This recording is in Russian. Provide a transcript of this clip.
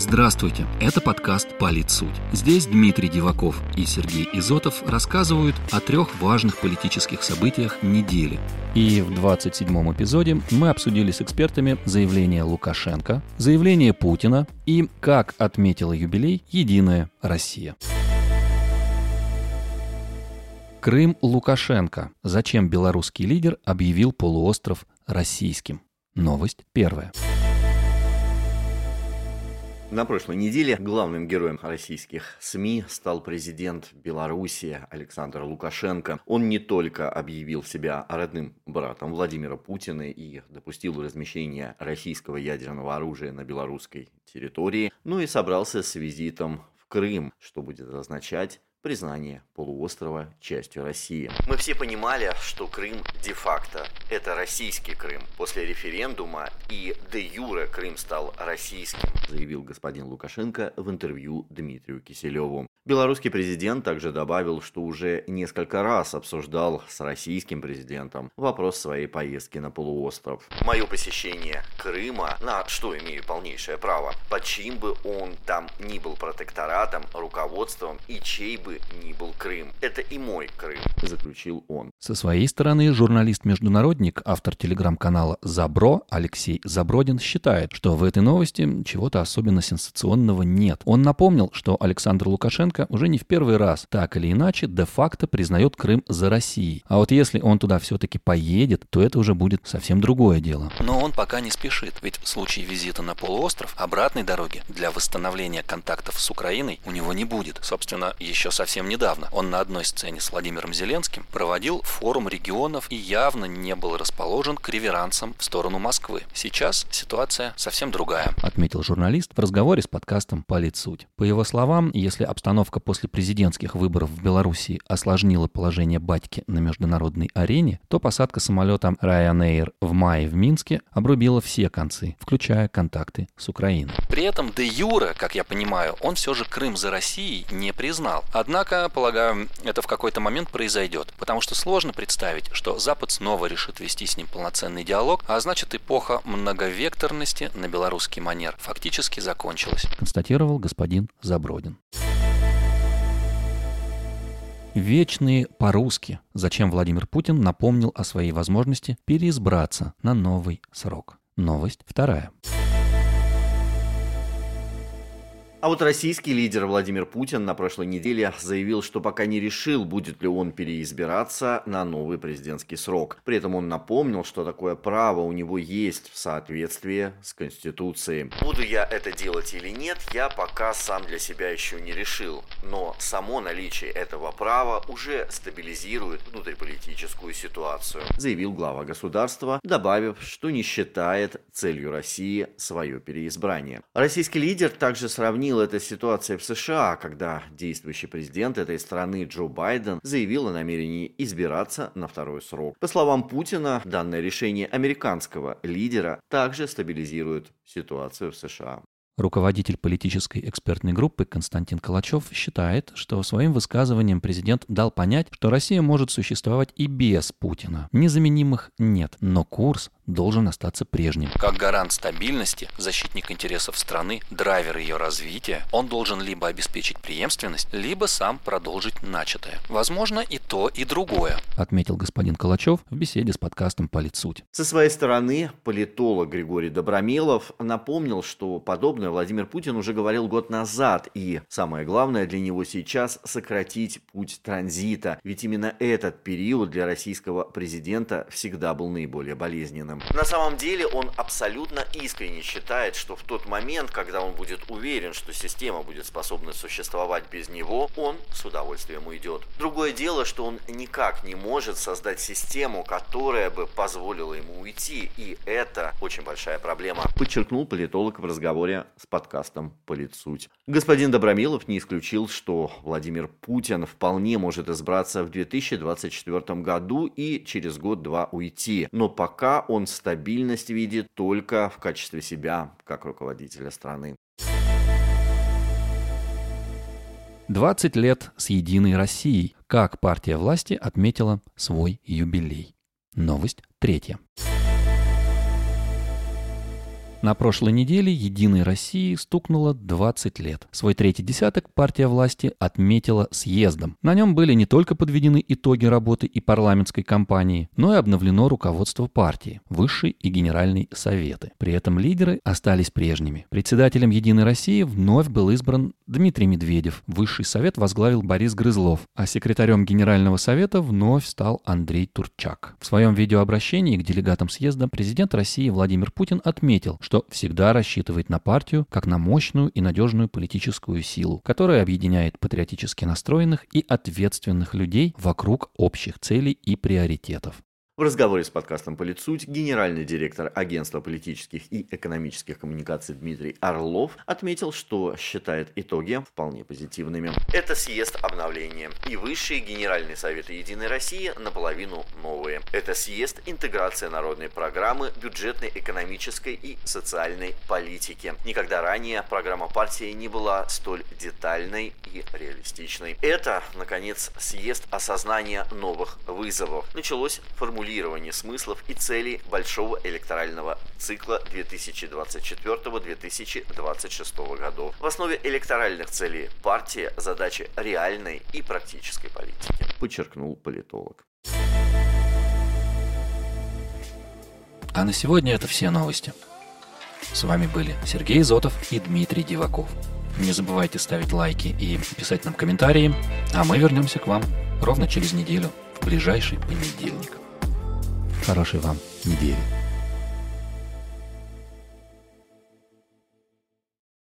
Здравствуйте, это подкаст «Политсуть». Здесь Дмитрий Диваков и Сергей Изотов рассказывают о 3 важных политических событиях недели. И в 27-м эпизоде мы обсудили с экспертами заявление Лукашенко, заявление Путина и, как отметила юбилей, «Единая Россия». Крым Лукашенко. Зачем белорусский лидер объявил полуостров российским? Новость первая. На прошлой неделе главным героем российских СМИ стал президент Беларуси Александр Лукашенко. Он не только объявил себя родным братом Владимира Путина и допустил размещение российского ядерного оружия на белорусской территории, но и собрался с визитом в Крым, что будет означать признание полуострова частью России. Мы все понимали, что Крым де-факто – это российский Крым. После референдума и де-юре Крым стал российским, заявил господин Лукашенко в интервью Дмитрию Киселеву. Белорусский президент также добавил, что уже несколько раз обсуждал с российским президентом вопрос своей поездки на полуостров. Мое посещение Крыма, на что имею полнейшее право, под чьим бы он там ни был протекторатом, руководством и чей бы ни был Крым. Это и мой Крым, заключил он. Со своей стороны, журналист-международник, автор телеграм-канала «Забро» Алексей Забродин считает, что в этой новости чего-то особенно сенсационного нет. Он напомнил, что Александр Лукашенко уже не в первый раз так или иначе де-факто признает Крым за Россией. А вот если он туда все-таки поедет, то это уже будет совсем другое дело. Но он пока не спешит, ведь в случае визита на полуостров обратной дороги для восстановления контактов с Украиной у него не будет. Собственно, еще совсем недавно он на одной сцене с Владимиром Зеленским проводил форум регионов и явно не был расположен к реверансам в сторону Москвы. Сейчас ситуация совсем другая, отметил журналист в разговоре с подкастом «Политсуть». По его словам, если обстановка после президентских выборов в Беларуси осложнила положение батьки на международной арене, то посадка самолета Ryanair в мае в Минске обрубила все концы, включая контакты с Украиной. При этом де-юре, как я понимаю, он все же Крым за Россией не признал. Однако, полагаю, это в какой-то момент произойдет, потому что сложно представить, что Запад снова решит вести с ним полноценный диалог, а значит, эпоха многовекторности на белорусский манер фактически закончилась, констатировал господин Забродин. Вечные по-русски. Зачем Владимир Путин напомнил о своей возможности переизбраться на новый срок? Новость вторая. А вот российский лидер Владимир Путин на прошлой неделе заявил, что пока не решил, будет ли он переизбираться на новый президентский срок. При этом он напомнил, что такое право у него есть в соответствии с Конституцией. Буду я это делать или нет, я пока сам для себя еще не решил. Но само наличие этого права уже стабилизирует внутриполитическую ситуацию, заявил глава государства, добавив, что не считает целью России свое переизбрание. Российский лидер также сравнил эта ситуация в США, когда действующий президент этой страны Джо Байден заявил о намерении избираться на второй срок. По словам Путина, данное решение американского лидера также стабилизирует ситуацию в США. Руководитель политической экспертной группы Константин Калачев считает, что своим высказыванием президент дал понять, что Россия может существовать и без Путина. Незаменимых нет, но курс должен остаться прежним. Как гарант стабильности, защитник интересов страны, драйвер ее развития, он должен либо обеспечить преемственность, либо сам продолжить начатое. Возможно, и то, и другое, отметил господин Калачев в беседе с подкастом «Политсуть». Со своей стороны, политолог Григорий Добромелов напомнил, что подобное Владимир Путин уже говорил год назад, и самое главное для него сейчас сократить путь транзита, ведь именно этот период для российского президента всегда был наиболее болезненным. На самом деле он абсолютно искренне считает, что в тот момент, когда он будет уверен, что система будет способна существовать без него, он с удовольствием уйдет. Другое дело, что он никак не может создать систему, которая бы позволила ему уйти, и это очень большая проблема, подчеркнул политолог в разговоре с подкастом «Политсуть». Господин Добромелов не исключил, что Владимир Путин вполне может избраться в 2024 году и через год-два уйти, но пока он стабильность видит только в качестве себя, как руководителя страны. 20 лет с «Единой Россией». Как партия власти отметила свой юбилей. Новость третья. На прошлой неделе «Единой России» стукнуло 20 лет. Свой третий десяток партия власти отметила съездом. На нем были не только подведены итоги работы и парламентской кампании, но и обновлено руководство партии, высший и генеральный советы. При этом лидеры остались прежними. Председателем «Единой России» вновь был избран Дмитрий Медведев. Высший совет возглавил Борис Грызлов, а секретарем Генерального совета вновь стал Андрей Турчак. В своем видеообращении к делегатам съезда президент России Владимир Путин отметил, что всегда рассчитывает на партию как на мощную и надежную политическую силу, которая объединяет патриотически настроенных и ответственных людей вокруг общих целей и приоритетов. В разговоре с подкастом «Политсуть» генеральный директор Агентства политических и экономических коммуникаций Дмитрий Орлов отметил, что считает итоги вполне позитивными. Это съезд обновления, и высшие генеральные советы «Единой России» наполовину новые. Это съезд интеграция народной программы бюджетной, экономической и социальной политики. Никогда ранее программа партии не была столь детальной и реалистичной. Это, наконец, съезд осознания новых вызовов. Началось формулирование смыслов и целей большого электорального цикла 2024-2026 годов. В основе электоральных целей партии задачи реальной и практической политики, подчеркнул политолог. А на сегодня это все новости. С вами были Сергей Зотов и Дмитрий Диваков. Не забывайте ставить лайки и писать нам комментарии, а мы вернемся к вам ровно через неделю, в ближайший понедельник. Хорошей вам недели.